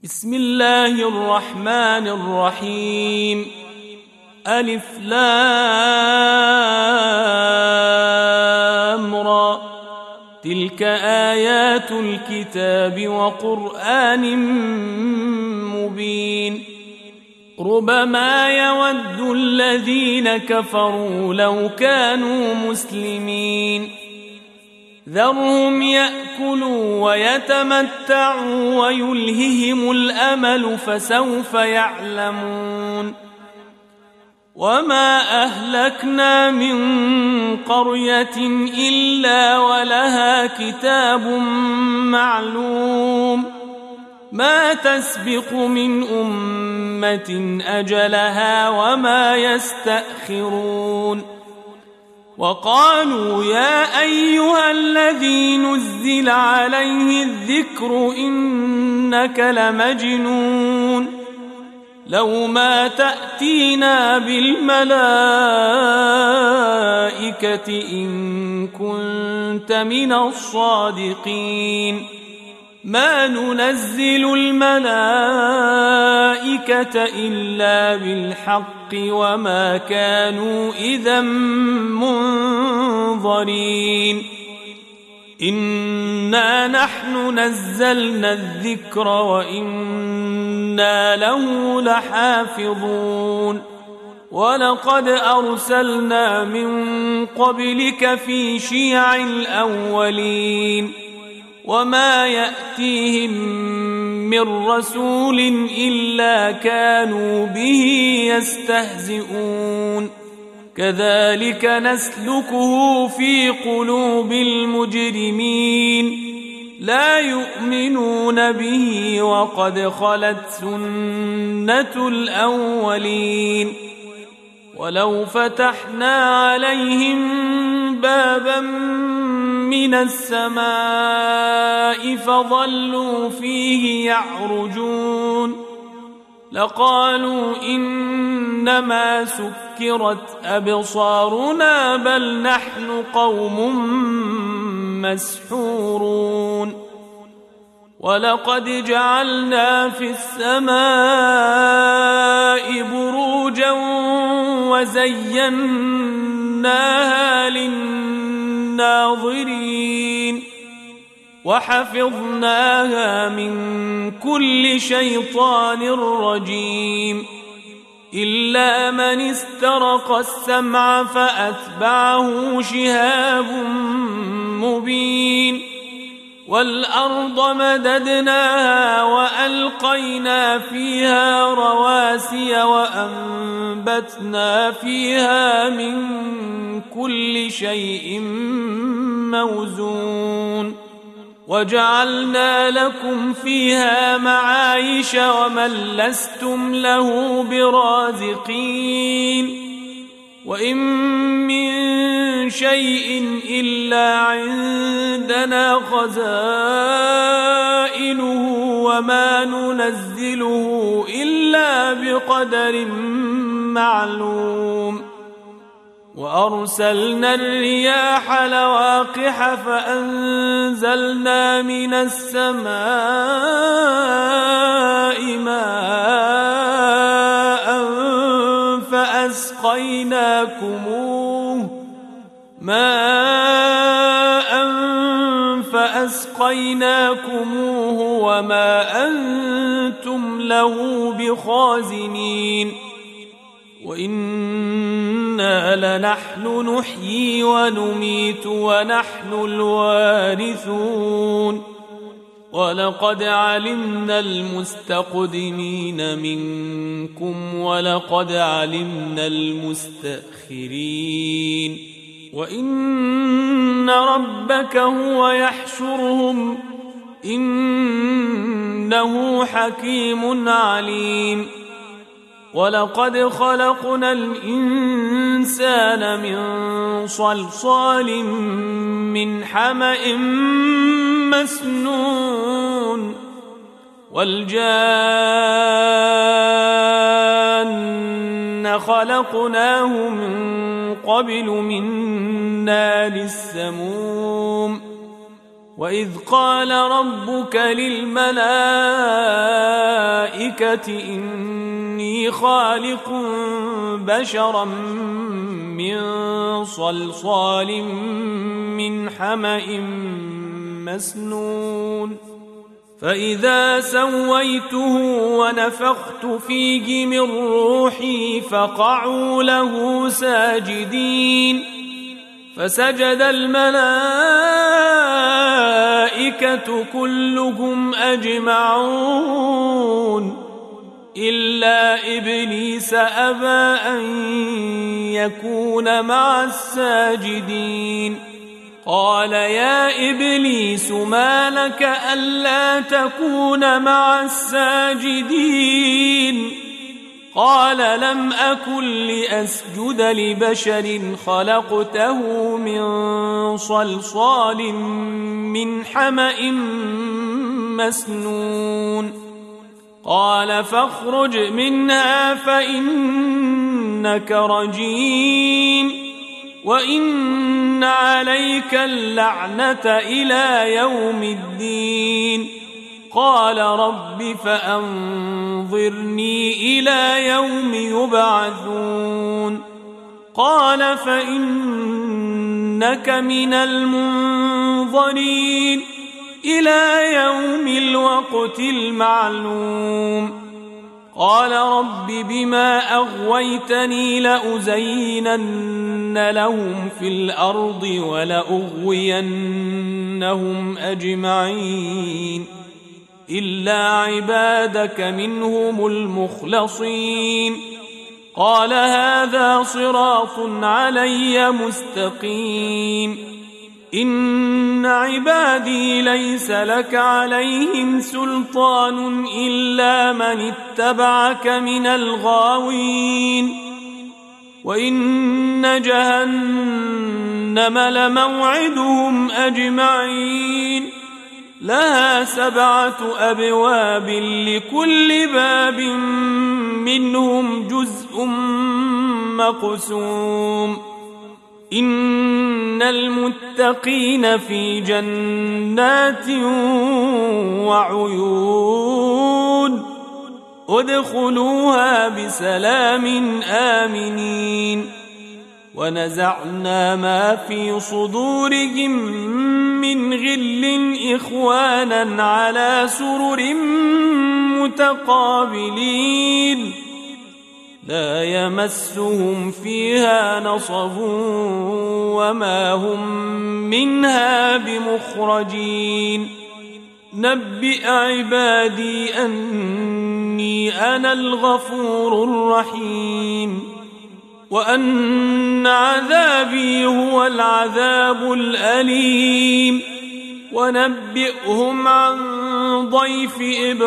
بسم الله الرحمن الرحيم. ألف لام را، تلك آيات الكتاب وقرآن مبين. ربما يود الذين كفروا لو كانوا مسلمين، ذرهم يأكلوا ويتمتعوا ويلههم الأمل فسوف يعلمون. وما أهلكنا من قرية إلا ولها كتاب معلوم، ما تسبق من أمة أجلها وما يستأخرون. وقالوا يا أيها الذي نزل عليه الذكر إنك لمجنون، لو ما تأتينا بالملائكة إن كنت من الصادقين. ما ننزل الملائكة إلا بالحق وما كانوا إذا منظرين. إنا نحن نزلنا الذكر وإنا له لحافظون. ولقد أرسلنا من قبلك في شيع الأولين، وما يأتيهم من رسول إلا كانوا به يستهزئون. كذلك نسلكه في قلوب المجرمين، لا يؤمنون به وقد خلت سنة الأولين. ولو فتحنا عليهم بابا من السماء فظلوا فيه يعرجون لقالوا إنما سكرت أبصارنا بل نحن قوم مسحورون. ولقد جعلنا في السماء بروجا وزيناها للناظرين وحفظناها من كل شيطان رجيم، إلا من استرق السمع فأتبعه شهاب مبين. والأرض مددناها وألقينا فيها رواسي وأنبتنا فيها من كل شيء موزون. وجعلنا لكم فيها معايش ومن لستم له برازقين. وإن من شيء إلا عندنا خزائنه وما ننزله إلا بقدر معلوم. وأرسلنا الرياح لواقح فأنزلنا من السماء ماء فأسقيناكموه وما أنتم له بخازنين. وإنا لنحن نحيي ونميت ونحن الوارثون. ولقد علمنا المستقدمين منكم ولقد علمنا المستأخرين. وإن ربك هو يحشرهم إنه حكيم عليم. ولقد خلقنا الإنسان من صلصال من حمأ مسنون. والجان خلقناه من قبل من نار السموم. وإذ قال ربك للملائكة الملائكة إني خالق بشرا من صلصال من حمأ مسنون فإذا سويته ونفخت فيه من روحي فقعوا له ساجدين فسجد الملائكة كلهم أجمعون إلا إبليس أبى أن يكون مع الساجدين قال يا إبليس ما لك ألا تكون مع الساجدين قال لم أكن لأسجد لبشر خلقته من صلصال من حمأ مسنون قال فاخرج منها فإنك رجيم وإن عليك اللعنة إلى يوم الدين قال رب فأنظرني إلى يوم يبعثون قال فإنك من المنظرين إلى يوم الوقت المعلوم قال رب بما أغويتني لأزينن لهم في الأرض ولأغوينهم أجمعين إلا عبادك منهم المخلصين قال هذا صراط علي مستقيم إن عبادي ليس لك عليهم سلطان إلا من اتبعك من الغاوين وإن جهنم لموعدهم أجمعين لها 7 أبواب لكل باب منهم جزء مقسوم إن المتقين في جنات وعيون ادخلوها بسلام آمنين ونزعنا ما في صدورهم من غل إخوانا على سرر متقابلين لا يمسهم فيها نصب وما هم منها بمخرجين نبئ عبادي أني أنا الغفور الرحيم وأن عذابي هو العذاب الأليم ونبئهم عن ضيف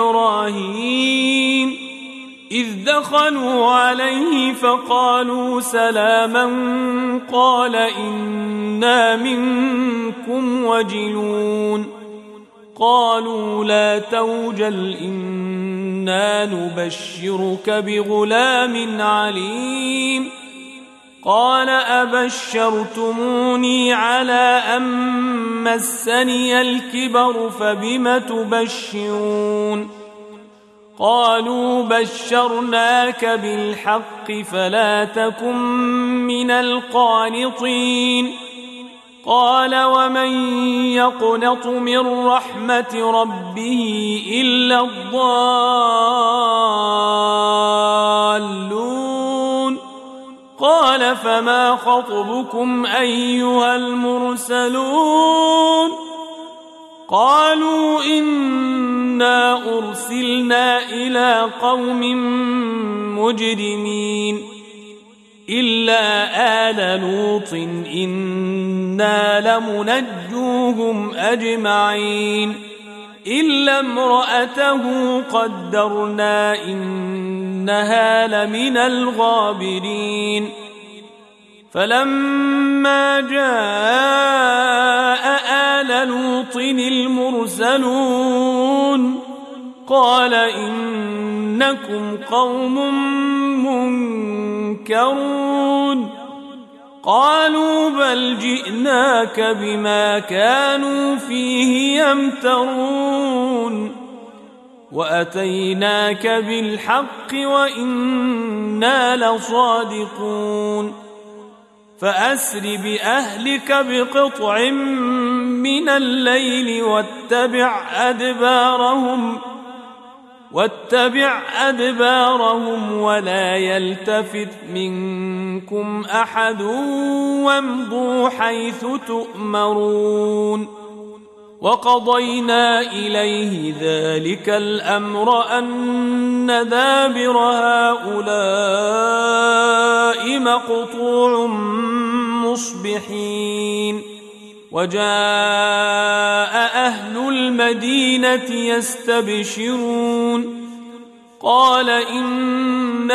إبراهيم إذ دخلوا عليه فقالوا سلاما قال إنا منكم وجلون قالوا لا توجل إنا نبشرك بغلام عليم قال أبشرتموني على أن مسني الكبر فبم تبشرون قالوا بشرناك بالحق فلا تكن من القانطين قال ومن يقنط من رحمة ربه إلا الضالون قال فما خطبكم أيها المرسلون قالوا إنا أرسلنا إلى قوم مجرمين إلا آل لوط إنا لمنجوهم أجمعين إلا امرأته قدرنا إنها لمن الغابرين فلما جاء آل لوط المرسلون قال إنكم قوم منكرون قالوا بل جئناك بما كانوا فيه يمترون وأتيناك بالحق وإنا لصادقون فأسر بأهلك بقطع من الليل واتبع أدبارهم ولا يلتفت منكم أحد وامضوا حيث تؤمرون وقضينا إليه ذلك الأمر أن دابر هؤلاء مقطوع مصبحين وجاء أهل المدينة يستبشرون قال إن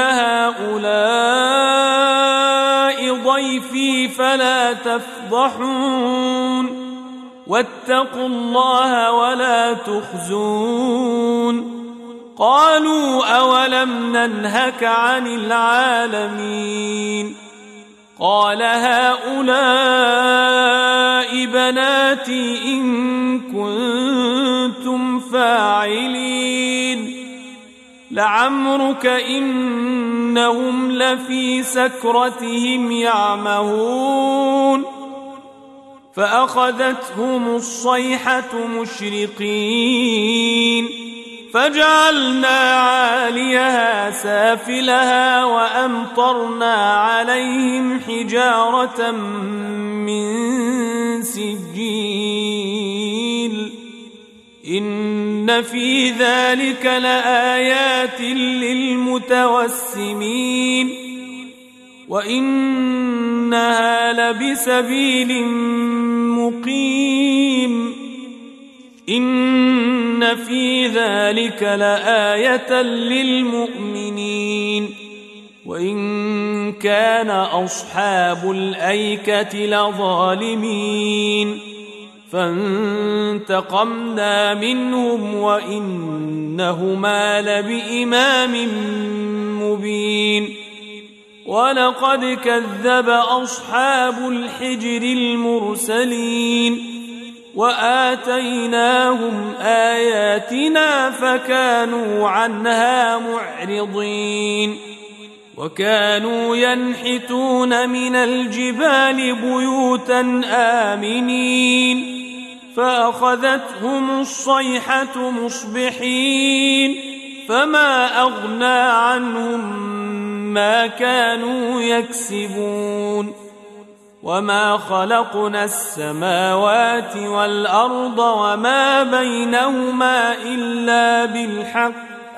هؤلاء ضيفي فلا تفضحون واتقوا الله ولا تخزون قالوا أولم ننهك عن العالمين قال هؤلاء بناتي إن كنتم فاعلين لعمرك إنهم لفي سكرتهم يعمهون فأخذتهم الصيحة مشرقين فجعلنا عاليها سافلها وأمطرنا عليهم حجارة من سجيل إن في ذلك لآيات للمتوسمين وإنها لبسبيل مقيم إن في ذلك لآية للمؤمنين وإن كان أصحاب الأيكة لظالمين فانتقمنا منهم وإنهما لبإمام مبين ولقد كذب أصحاب الحجر المرسلين وآتيناهم آياتنا فكانوا عنها معرضين وكانوا ينحتون من الجبال بيوتا آمنين فأخذتهم الصيحة مصبحين فما أغنى عنهم ما كانوا يكسبون وما خلقنا السماوات والأرض وما بينهما إلا بالحق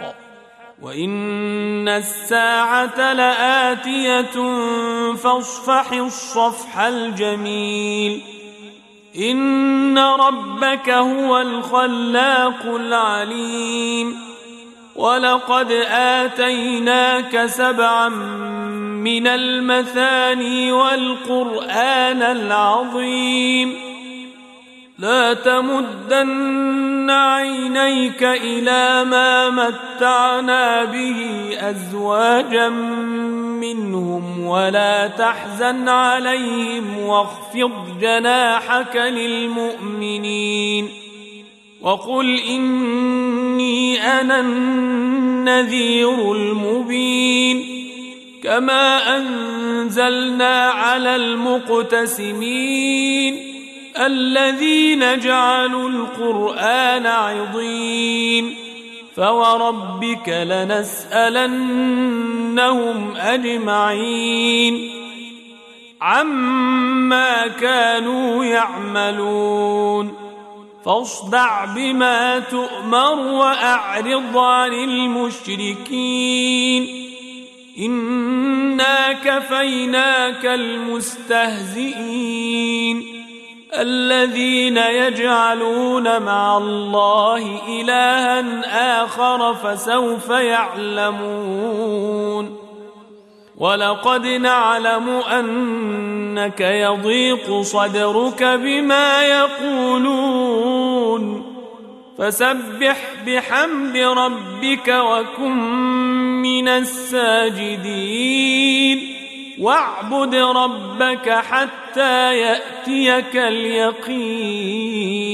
وإن الساعة لآتية فاصفح الصفح الجميل إن ربك هو الخلاق العليم ولقد آتيناك 7 من المثاني والقرآن العظيم لا تمدن عينيك إلى ما متعنا به أزواجا منهم ولا تحزن عليهم واخفض جناحك للمؤمنين وقل إني أنا النذير المبين كما أنزلنا على المقتسمين الذين جعلوا القرآن عضين فوربك لنسألنهم أجمعين عما كانوا يعملون فاصدع بما تؤمر وأعرض عن المشركين إنا كفيناك المستهزئين الذين يجعلون مع الله إلها آخر فسوف يعلمون ولقد نعلم أنك يضيق صدرك بما يقولون فسبح بحمد ربك وكن من الساجدين واعبد ربك حتى يأتيك اليقين.